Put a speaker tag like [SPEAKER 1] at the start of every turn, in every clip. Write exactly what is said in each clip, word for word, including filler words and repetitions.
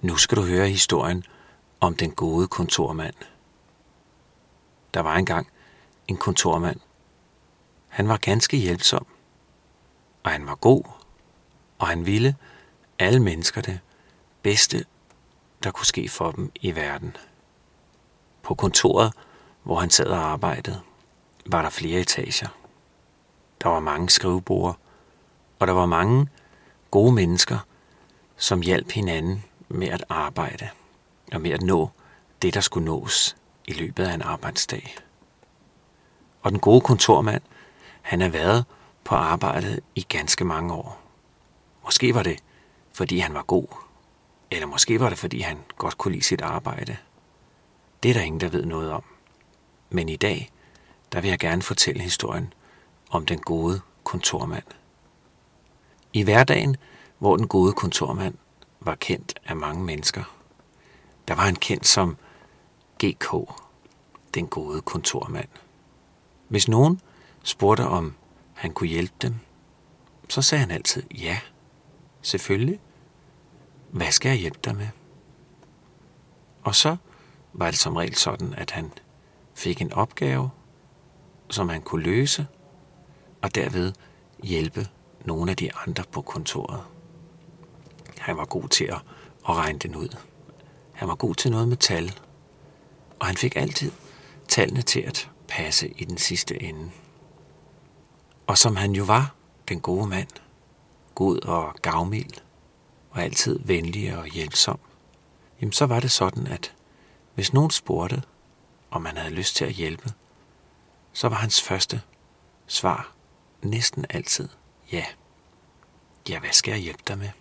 [SPEAKER 1] Nu skal du høre historien om den gode kontormand. Der var engang en kontormand. Han var ganske hjælpsom, og han var god, og han ville alle mennesker det bedste, der kunne ske for dem i verden. På kontoret, hvor han sad og arbejdede, var der flere etager. Der var mange skriveborde, og der var mange gode mennesker, som hjalp hinanden med at arbejde og med at nå det, der skulle nås i løbet af en arbejdsdag. Og den gode kontormand, han har været på arbejdet i ganske mange år. Måske var det, fordi han var god, eller måske var det, fordi han godt kunne lide sit arbejde. Det er der ingen, der ved noget om. Men i dag, der vil jeg gerne fortælle historien om den gode kontormand. I hverdagen, hvor den gode kontormand var kendt af mange mennesker, der var han kendt som G K, den gode kontormand. Hvis nogen spurgte, om han kunne hjælpe dem, så sagde han altid, ja, selvfølgelig. Hvad skal jeg hjælpe dig med? Og så var det som regel sådan, at han fik en opgave, som han kunne løse, og derved hjælpe nogle af de andre på kontoret. Han var god til at, at regne den ud. Han var god til noget med tal, og han fik altid tallene til at passe i den sidste ende. Og som han jo var, den gode mand, god og gavmild, og altid venlig og hjælpsom, jamen så var det sådan, at hvis nogen spurgte, om han havde lyst til at hjælpe, så var hans første svar næsten altid ja. Ja, hvad skal jeg hjælpe dig med?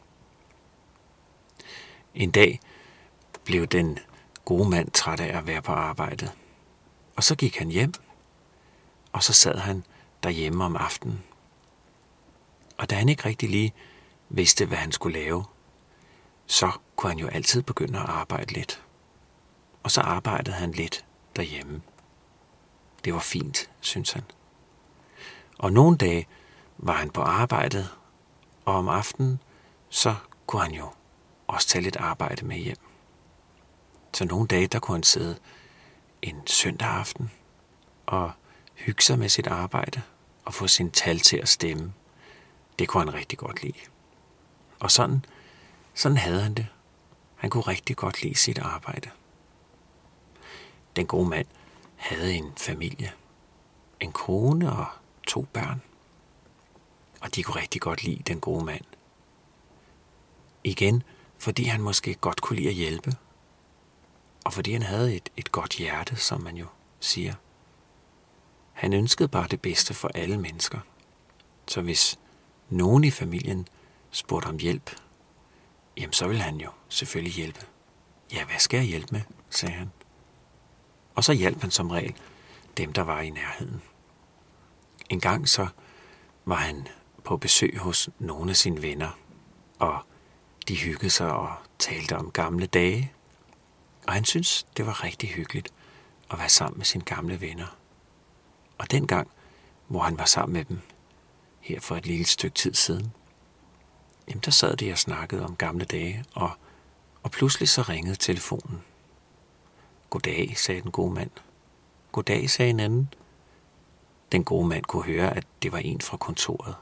[SPEAKER 1] En dag blev den gode mand træt af at være på arbejdet, og så gik han hjem, og så sad han derhjemme om aftenen. Og da han ikke rigtig lige vidste, hvad han skulle lave, så kunne han jo altid begynde at arbejde lidt. Og så arbejdede han lidt derhjemme. Det var fint, synes han. Og nogle dage var han på arbejdet, og om aftenen, så kunne han jo også tage lidt arbejde med hjem. Så nogle dage, der kunne han sidde en søndag aften og hygge sig med sit arbejde og få sin tal til at stemme. Det kunne han rigtig godt lide. Og sådan, sådan havde han det. Han kunne rigtig godt lide sit arbejde. Den gode mand havde en familie, en kone og to børn. Og de kunne rigtig godt lide den gode mand. Igen, fordi han måske godt kunne lide at hjælpe. Og fordi han havde et, et godt hjerte, som man jo siger. Han ønskede bare det bedste for alle mennesker. Så hvis nogen i familien spurgte om hjælp, jamen så ville han jo selvfølgelig hjælpe. Ja, hvad skal jeg hjælpe med, sagde han. Og så hjalp han som regel dem, der var i nærheden. En gang så var han på besøg hos nogle af sine venner, og de hyggede sig og talte om gamle dage. Og han syntes, det var rigtig hyggeligt at være sammen med sine gamle venner. Og dengang, hvor han var sammen med dem, her for et lille stykke tid siden, jamen der sad de og snakkede om gamle dage, og, og pludselig så ringede telefonen. Goddag, sagde den gode mand. Goddag, sagde en anden. Den gode mand kunne høre, at det var en fra kontoret.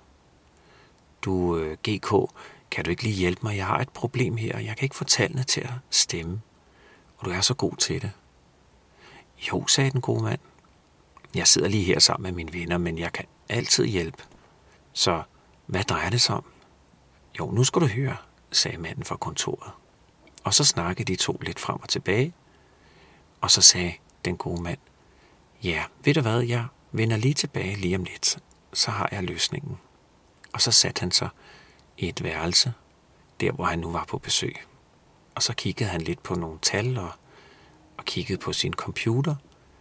[SPEAKER 1] Du, øh, G K, kan du ikke lige hjælpe mig? Jeg har et problem her, og jeg kan ikke få tallene til at stemme. Og du er så god til det. Jo, sagde den gode mand. Jeg sidder lige her sammen med mine venner, men jeg kan altid hjælpe. Så hvad drejer det sig om? Jo, nu skal du høre, sagde manden fra kontoret. Og så snakkede de to lidt frem og tilbage. Og så sagde den gode mand, ja, ved du hvad, jeg vender lige tilbage lige om lidt. Så har jeg løsningen. Og så satte han sig i et værelse, der hvor han nu var på besøg. Og så kiggede han lidt på nogle tal og, og kiggede på sin computer.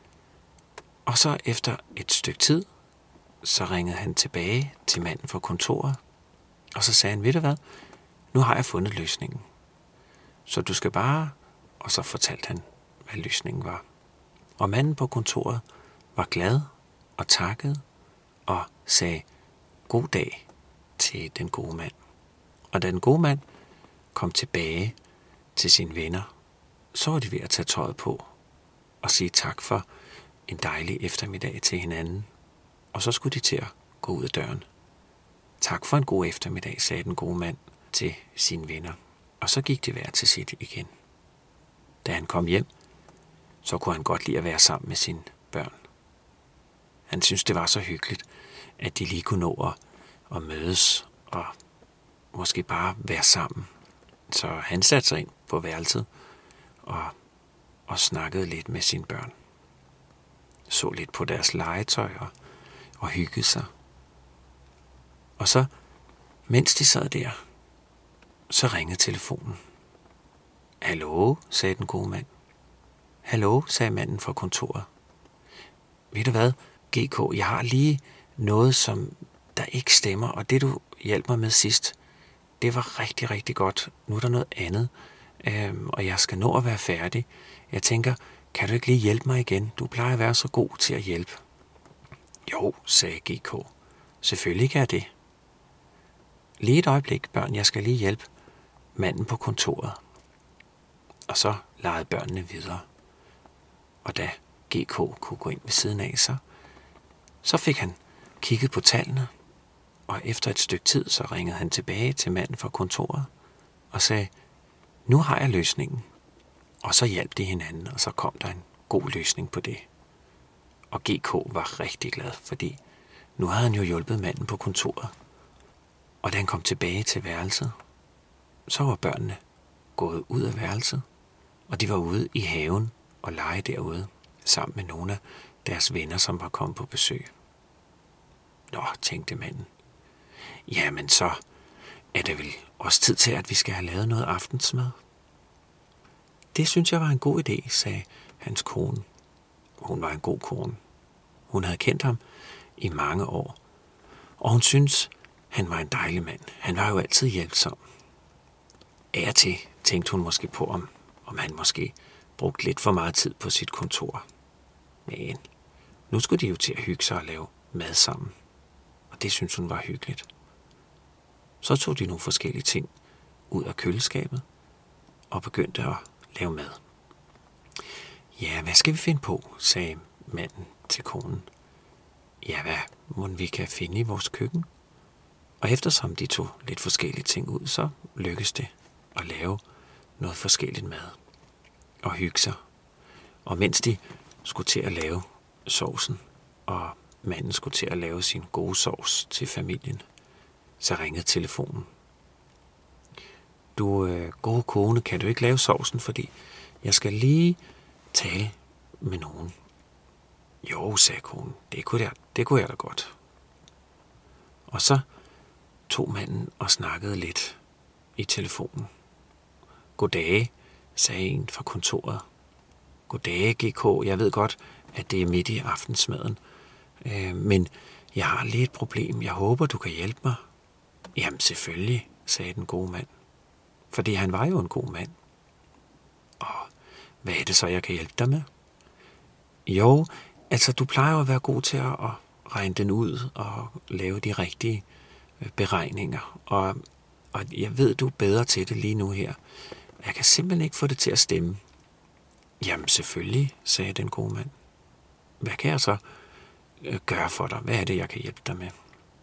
[SPEAKER 1] Og så efter et stykke tid, så ringede han tilbage til manden fra kontoret. Og så sagde han, ved du hvad, nu har jeg fundet løsningen. Så du skal bare... Og så fortalte han, hvad løsningen var. Og manden på kontoret var glad og takkede og sagde god dag til den gode mand. Og da den gode mand kom tilbage til sine venner, så var de ved at tage tøjet på og sige tak for en dejlig eftermiddag til hinanden. Og så skulle de til at gå ud af døren. Tak for en god eftermiddag, sagde den gode mand til sine venner. Og så gik de hver til sit igen. Da han kom hjem, så kunne han godt lide at være sammen med sine børn. Han syntes, det var så hyggeligt, at de lige kunne nå at, at mødes og måske bare være sammen. Så han satte sig ind på værelset og, og snakkede lidt med sine børn. Så lidt på deres legetøj og, og hyggede sig. Og så, mens de sad der, så ringede telefonen. Hallo, sagde den gode mand. Hallo, sagde manden fra kontoret. Ved du hvad, G K, jeg har lige noget, som der ikke stemmer, og det du hjalp mig med sidst, det var rigtig, rigtig godt. Nu er der noget andet, øhm, og jeg skal nå at være færdig. Jeg tænker, kan du ikke lige hjælpe mig igen? Du plejer at være så god til at hjælpe. Jo, sagde G K. Selvfølgelig kan jeg det. Lige et øjeblik, børn, jeg skal lige hjælpe manden på kontoret. Og så legede børnene videre. Og da G K kunne gå ind ved siden af sig, så fik han kigget på tallene, og efter et stykke tid, så ringede han tilbage til manden fra kontoret og sagde, nu har jeg løsningen. Og så hjalp de hinanden, og så kom der en god løsning på det. Og G K var rigtig glad, fordi nu havde han jo hjulpet manden på kontoret. Og da han kom tilbage til værelset, så var børnene gået ud af værelset, og de var ude i haven og lege derude, sammen med nogle af deres venner, som var kommet på besøg. Nå, tænkte manden. Jamen så er det vel også tid til, at vi skal have lavet noget aftensmad. Det synes jeg var en god idé, sagde hans kone. Hun var en god kone. Hun havde kendt ham i mange år, og hun syntes, han var en dejlig mand. Han var jo altid hjælpsom. Af og til tænkte hun måske på, om, om han måske brugte lidt for meget tid på sit kontor. Men nu skulle de jo til at hygge sig og lave mad sammen. Og det synes hun var hyggeligt. Så tog de nogle forskellige ting ud af køleskabet og begyndte at lave mad. Ja, hvad skal vi finde på, sagde manden til konen. Ja, hvad må vi kan finde i vores køkken? Og eftersom de tog lidt forskellige ting ud, så lykkedes det at lave noget forskelligt mad og hygge sig. Og mens de skulle til at lave sovsen, og manden skulle til at lave sin gode sovs til familien, så ringede telefonen. Du, øh, gode kone, kan du ikke lave sovsen, fordi jeg skal lige tale med nogen. Jo, sagde konen, det kunne jeg, det kunne jeg da godt. Og så tog manden og snakkede lidt i telefonen. Goddag, sagde en fra kontoret. Goddag, G K, jeg ved godt, at det er midt i aftensmaden, øh, men jeg har lidt et problem. Jeg håber, du kan hjælpe mig. Jamen selvfølgelig, sagde den gode mand. Fordi han var jo en god mand. Og hvad er det så, jeg kan hjælpe dig med? Jo, altså du plejer jo at være god til at regne den ud og lave de rigtige beregninger. Og, og jeg ved, du er bedre til det lige nu her. Jeg kan simpelthen ikke få det til at stemme. Jamen selvfølgelig, sagde den gode mand. Hvad kan jeg så gøre for dig? Hvad er det, jeg kan hjælpe dig med?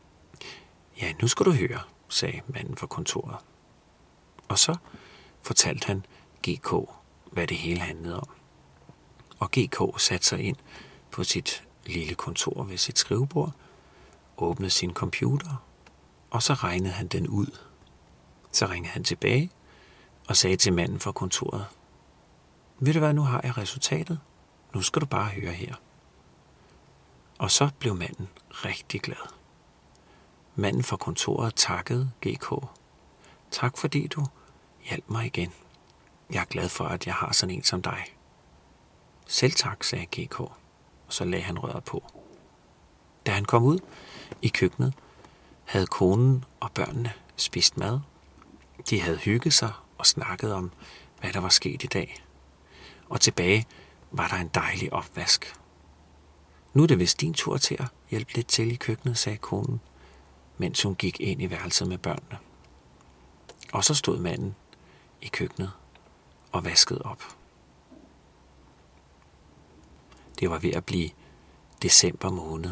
[SPEAKER 1] Ja, nu skal du høre, sagde manden fra kontoret. Og så fortalte han G K, hvad det hele handlede om. Og G K satte sig ind på sit lille kontor ved sit skrivebord, åbnede sin computer, og så regnede han den ud. Så ringede han tilbage og sagde til manden fra kontoret, ved du hvad, nu har jeg resultatet. Nu skal du bare høre her. Og så blev manden rigtig glad. Manden fra kontoret takkede G K. Tak fordi du hjalp mig igen. Jeg er glad for, at jeg har sådan en som dig. Selv tak, sagde G K, og så lagde han røret på. Da han kom ud i køkkenet, havde konen og børnene spist mad. De havde hygget sig og snakket om, hvad der var sket i dag. Og tilbage var der en dejlig opvask. Nu er det vist din tur til at hjælpe lidt til i køkkenet, sagde konen, mens hun gik ind i værelset med børnene. Og så stod manden i køkkenet og vasket op. Det var ved at blive december måned,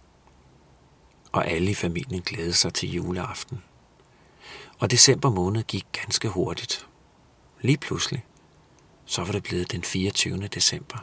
[SPEAKER 1] og alle i familien glædede sig til juleaften. Og december måned gik ganske hurtigt. Lige pludselig, så var det blevet den fireogtyvende december.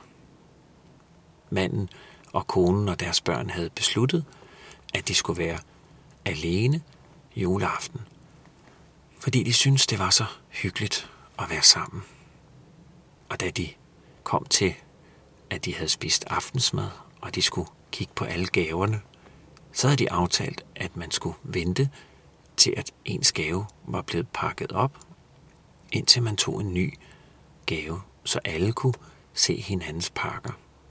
[SPEAKER 1] Manden og konen og deres børn havde besluttet, at de skulle være alene juleaften, fordi de syntes, det var så hyggeligt at være sammen. Og da de kom til, at de havde spist aftensmad, og de skulle kigge på alle gaverne, så havde de aftalt, at man skulle vente til, at ens gave var blevet pakket op, indtil man tog en ny gave, så alle kunne se hinandens pakker.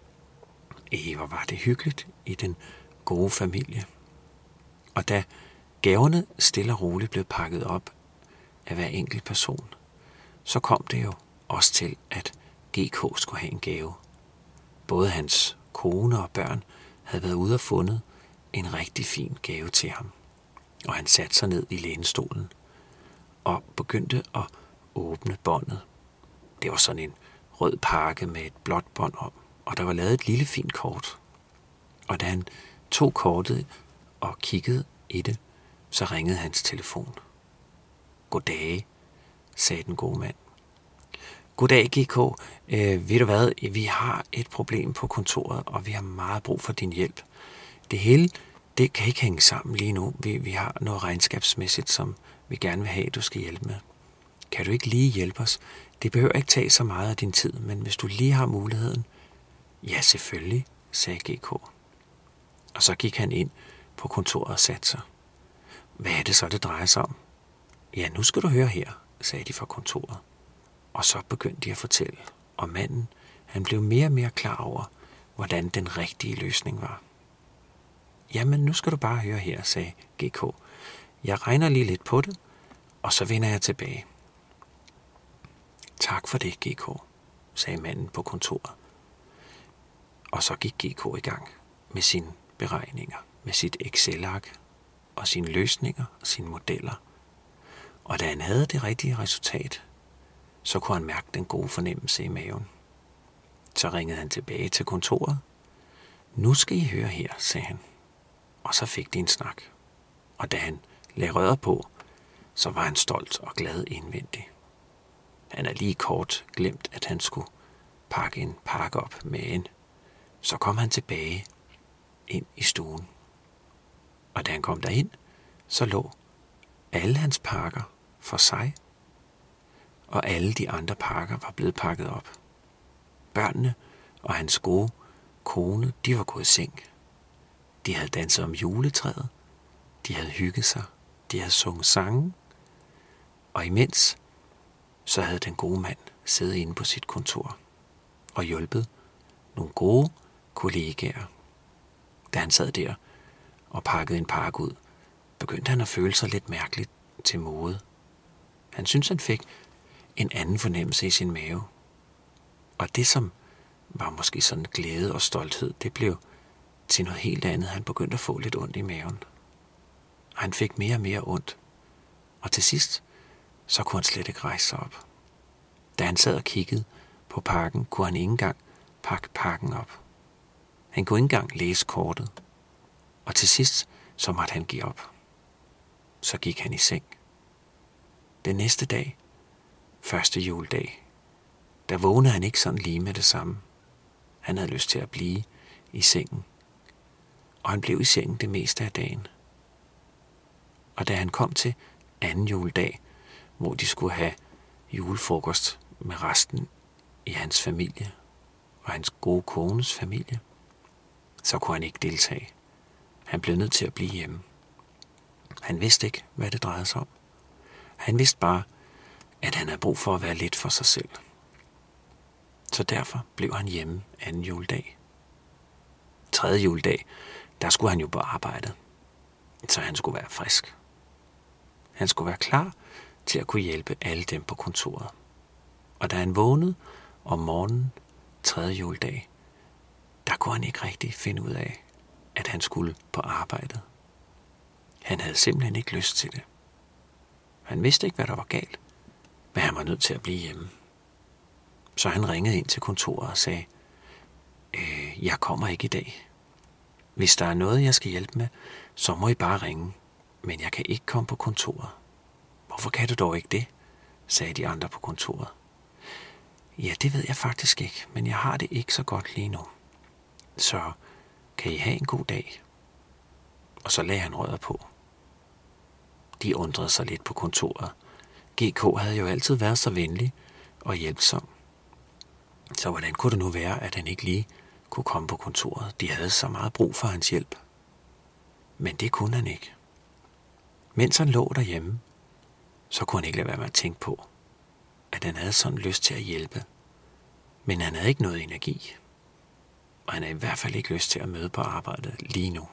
[SPEAKER 1] Ej, hvor var det hyggeligt i den gode familie. Og da gaverne stille og roligt blev pakket op af hver enkelt person, så kom det jo også til, at G K skulle have en gave. Både hans kone og børn havde været ude og fundet en rigtig fin gave til ham. Og han satte sig ned i lænestolen og begyndte at åbne båndet. Det var sådan en rød pakke med et blåt bånd om, og der var lavet et lille fint kort. Og da han tog kortet og kiggede i det, så ringede hans telefon. Goddag, sagde den gode mand. Goddag, G K. Øh, ved du hvad, vi har et problem på kontoret, og vi har meget brug for din hjælp. Det hele, det kan ikke hænge sammen lige nu. Vi, vi har noget regnskabsmæssigt, som vi gerne vil have, du skal hjælpe med. Kan du ikke lige hjælpe os? Det behøver ikke tage så meget af din tid, men hvis du lige har muligheden. Ja, selvfølgelig, sagde G K. Og så gik han ind på kontoret og satte sig. Hvad er det så, det drejer sig om? Ja, nu skal du høre her, sagde de fra kontoret. Og så begyndte de at fortælle, og manden, han blev mere og mere klar over, hvordan den rigtige løsning var. Jamen, nu skal du bare høre her, sagde G K. Jeg regner lige lidt på det, og så vender jeg tilbage. Tak for det, G K, sagde manden på kontoret. Og så gik G K i gang med sine beregninger, med sit Excel-ark og sine løsninger og sine modeller. Og da han havde det rigtige resultat, så kunne han mærke den gode fornemmelse i maven. Så ringede han tilbage til kontoret. Nu skal I høre her, sagde han. Og så fik de en snak. Og da han lagde røret på, så var han stolt og glad indvendig. Han havde lige kort glemt, at han skulle pakke en pakke op med en. Så kom han tilbage ind i stuen. Og da han kom derind, så lå alle hans pakker for sig, og alle de andre pakker var blevet pakket op. Børnene og hans gode kone, de var gået i seng. De havde danset om juletræet, de havde hygget sig, de havde sunget sange, og imens så havde den gode mand siddet inde på sit kontor og hjulpet nogle gode kollegaer. Da han sad der og pakkede en pakke ud, begyndte han at føle sig lidt mærkeligt til mode. Han syntes, han fik en anden fornemmelse i sin mave. Og det, som var måske sådan glæde og stolthed, det blev til noget helt andet. Han begyndte at få lidt ondt i maven. Og han fik mere og mere ondt. Og til sidst, så kunne han slet ikke rejse sig op. Da han sad og kiggede på pakken, kunne han ikke engang pakke pakken op. Han kunne ikke engang læse kortet. Og til sidst, så måtte han give op. Så gik han i seng. Den næste dag, første juledag, der vågnede han ikke sådan lige med det samme. Han havde lyst til at blive i sengen. Og han blev i sengen det meste af dagen. Og da han kom til anden juledag, hvor de skulle have julefrokost med resten i hans familie og hans gode kones familie, så kunne han ikke deltage. Han blev nødt til at blive hjemme. Han vidste ikke, hvad det drejede sig om. Han vidste bare, at han havde brug for at være lidt for sig selv. Så derfor blev han hjemme anden juledag. Tredje juledag, der skulle han jo på arbejde, så han skulle være frisk. Han skulle være klar til at kunne hjælpe alle dem på kontoret. Og da han vågnede om morgenen tredje juledag, der kunne han ikke rigtig finde ud af, at han skulle på arbejdet. Han havde simpelthen ikke lyst til det. Han vidste ikke, hvad der var galt, men han var nødt til at blive hjemme. Så han ringede ind til kontoret og sagde, øh, jeg kommer ikke i dag. Hvis der er noget, jeg skal hjælpe med, så må I bare ringe, men jeg kan ikke komme på kontoret. Hvorfor kan du dog ikke det? Sagde de andre på kontoret. Ja, det ved jeg faktisk ikke, men jeg har det ikke så godt lige nu. Så kan I have en god dag? Og så lagde han røret på. De undrede sig lidt på kontoret. G K havde jo altid været så venlig og hjælpsom. Så hvordan kunne det nu være, at han ikke lige kunne komme på kontoret? De havde så meget brug for hans hjælp. Men det kunne han ikke. Mens han lå derhjemme, så kunne han ikke lade være med at tænke på, at han havde sådan lyst til at hjælpe. Men han havde ikke noget energi. Og han havde i hvert fald ikke lyst til at møde på arbejdet lige nu.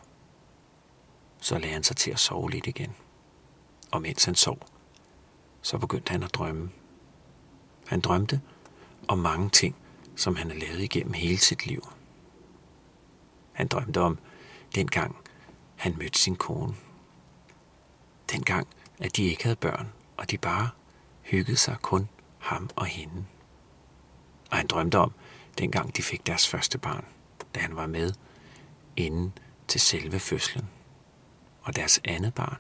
[SPEAKER 1] Så lagde han sig til at sove lidt igen. Og mens han sov, så begyndte han at drømme. Han drømte om mange ting, som han havde lavet igennem hele sit liv. Han drømte om dengang, han mødte sin kone. Dengang, at de ikke havde børn, og de bare hyggede sig kun ham og hende. Og han drømte om dengang, de fik deres første barn, da han var med inden til selve fødslen, og deres andet barn.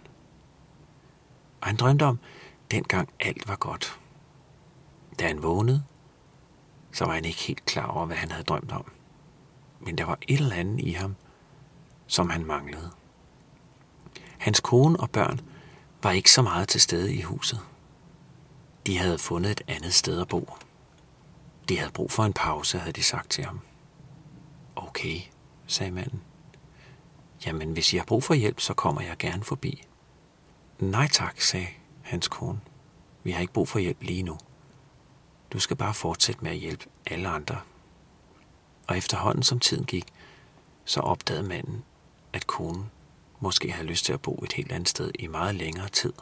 [SPEAKER 1] Og han drømte om dengang alt var godt. Da han vågnede, så var han ikke helt klar over, hvad han havde drømt om. Men der var et eller andet i ham, som han manglede. Hans kone og børn var ikke så meget til stede i huset. De havde fundet et andet sted at bo. De havde brug for en pause, havde de sagt til ham. Okay, sagde manden. Jamen, hvis I har brug for hjælp, så kommer jeg gerne forbi. Nej tak, sagde hans kone. Vi har ikke brug for hjælp lige nu. Du skal bare fortsætte med at hjælpe alle andre. Og efterhånden som tiden gik, så opdagede manden, at konen måske havde lyst til at bo et helt andet sted i meget længere tid.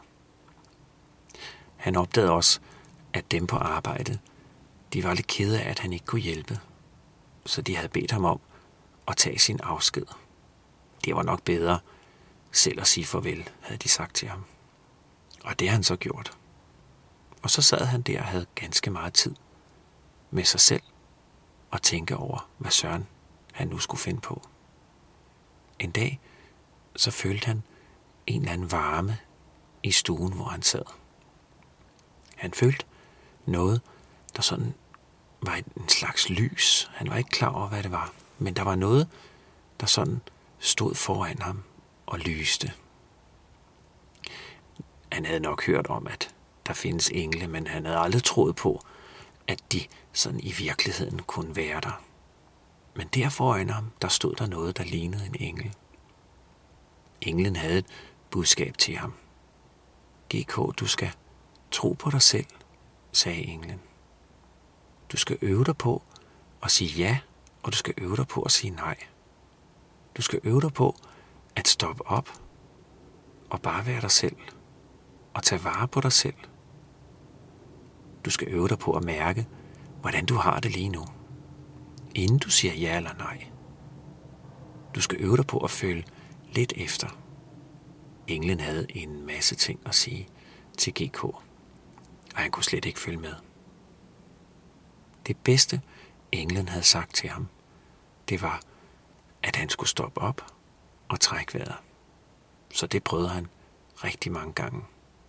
[SPEAKER 1] Han opdagede også, at dem på arbejde, de var lidt kede af, at han ikke kunne hjælpe. Så de havde bedt ham om at tage sin afsked. Det var nok bedre selv at sige farvel, havde de sagt til ham. Og det har han så gjort. Og så sad han der og havde ganske meget tid med sig selv og tænke over, hvad søren han nu skulle finde på. En dag, så følte han en eller anden varme i stuen, hvor han sad. Han følte noget, der sådan var en slags lys. Han var ikke klar over, hvad det var, men der var noget, der sådan stod foran ham og lyste. Han havde nok hørt om, at der findes engle, men han havde aldrig troet på, at de sådan i virkeligheden kunne være der. Men der foran ham, der stod der noget, der lignede en engel. Englen havde et budskab til ham. G K, du skal tro på dig selv, sagde englen. Du skal øve dig på at sige ja, og du skal øve dig på at sige nej. Du skal øve dig på at stoppe op og bare være dig selv og tage vare på dig selv. Du skal øve dig på at mærke, hvordan du har det lige nu, inden du siger ja eller nej. Du skal øve dig på at føle lidt efter. Englen havde en masse ting at sige til G K, og han kunne slet ikke følge med. Det bedste, englen havde sagt til ham, det var, at han skulle stoppe op og trække vejret. Så det prøvede han rigtig mange gange.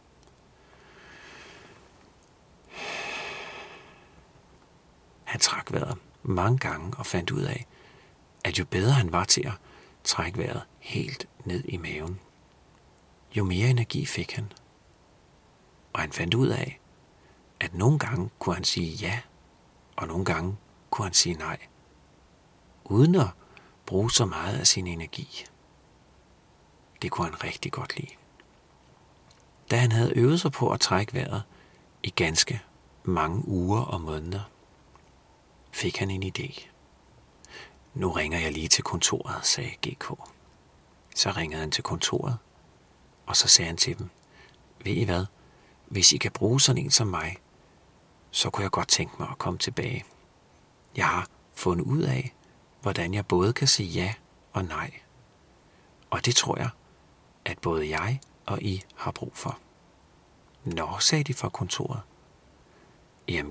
[SPEAKER 1] Han trak vejret mange gange og fandt ud af, at jo bedre han var til at trække vejret helt ned i maven, jo mere energi fik han. Og han fandt ud af, at nogle gange kunne han sige ja, og nogle gange kunne han sige nej, uden at bruge så meget af sin energi. Det kunne han rigtig godt lide. Da han havde øvet sig på at trække vejret i ganske mange uger og måneder, fik han en idé. Nu ringer jeg lige til kontoret, sagde G K. Så ringede han til kontoret, og så sagde han til dem, ved I hvad, hvis I kan bruge sådan en som mig, så kunne jeg godt tænke mig at komme tilbage. Jeg har fundet ud af, hvordan jeg både kan sige ja og nej. Og det tror jeg, at både jeg og I har brug for. Nå, sagde de fra kontoret. Jamen G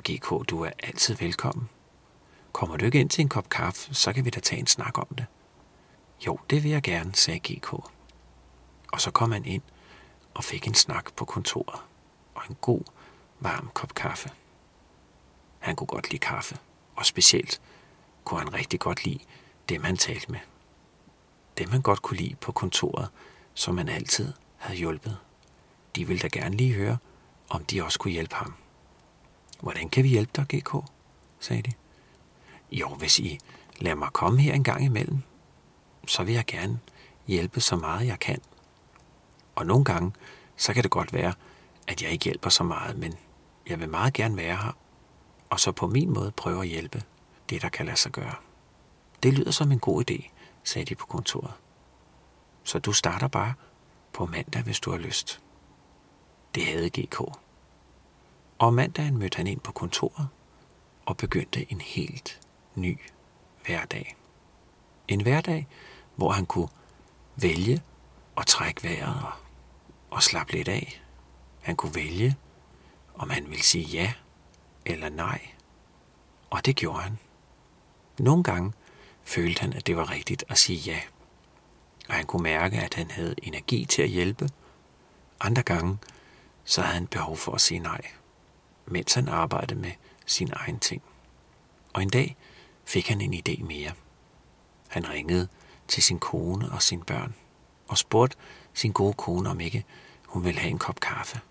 [SPEAKER 1] G K, du er altid velkommen. Kommer du ikke ind til en kop kaffe, så kan vi da tage en snak om det. Jo, det vil jeg gerne, sagde G K. Og så kom han ind og fik en snak på kontoret og en god, varm kop kaffe. Han kunne godt lide kaffe, og specielt kunne han rigtig godt lide dem, han talte med. Dem, han godt kunne lide på kontoret, som han altid havde hjulpet. De ville da gerne lige høre, om de også kunne hjælpe ham. Hvordan kan vi hjælpe dig, G K? Sagde de. Jo, hvis I lader mig komme her en gang imellem, så vil jeg gerne hjælpe så meget jeg kan. Og nogle gange, så kan det godt være, at jeg ikke hjælper så meget, men jeg vil meget gerne være her, og så på min måde prøve at hjælpe det, der kan lade sig gøre. Det lyder som en god idé, sagde de på kontoret. Så du starter bare på mandag, hvis du har lyst. Det havde G K. Og mandagen mødte han ind på kontoret og begyndte en helt ny hverdag. En hverdag, hvor han kunne vælge at trække vejret og, og slappe lidt af. Han kunne vælge, om han ville sige ja eller nej. Og det gjorde han. Nogle gange følte han, at det var rigtigt at sige ja. Og han kunne mærke, at han havde energi til at hjælpe. Andre gange, så havde han behov for at sige nej, mens han arbejdede med sin egen ting. Og en dag fik han en idé mere. Han ringede til sin kone og sine børn og spurgte sin gode kone, om ikke hun ville have en kop kaffe.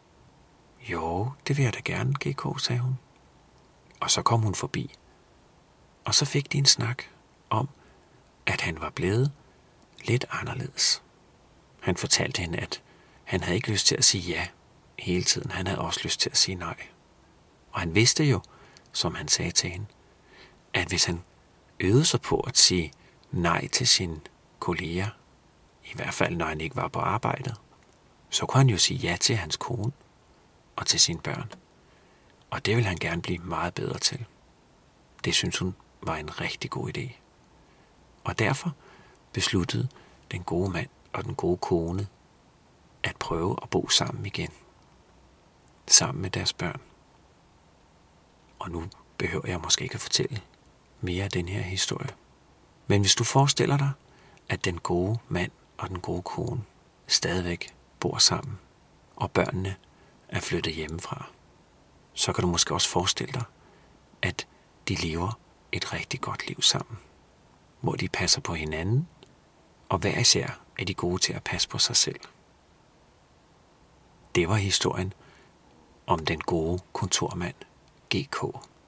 [SPEAKER 1] Jo, det vil jeg da gerne, G K, sagde hun. Og så kom hun forbi. Og så fik de en snak om, at han var blevet lidt anderledes. Han fortalte hende, at han havde ikke lyst til at sige ja hele tiden. Han havde også lyst til at sige nej. Og han vidste jo, som han sagde til hende, at hvis han øvede sig på at sige nej til sine kolleger, i hvert fald når han ikke var på arbejdet, så kunne han jo sige ja til hans kone og til sine børn. Og det ville han gerne blive meget bedre til. Det synes hun var en rigtig god idé. Og derfor besluttede den gode mand og den gode kone at prøve at bo sammen igen. Sammen med deres børn. Og nu behøver jeg måske ikke at fortælle mere af den her historie. Men hvis du forestiller dig, at den gode mand og den gode kone stadigvæk bor sammen, og børnene er flyttet hjemmefra, så kan du måske også forestille dig, at de lever et rigtig godt liv sammen, hvor de passer på hinanden, og hver især er de gode til at passe på sig selv. Det var historien om den gode kontormand G K.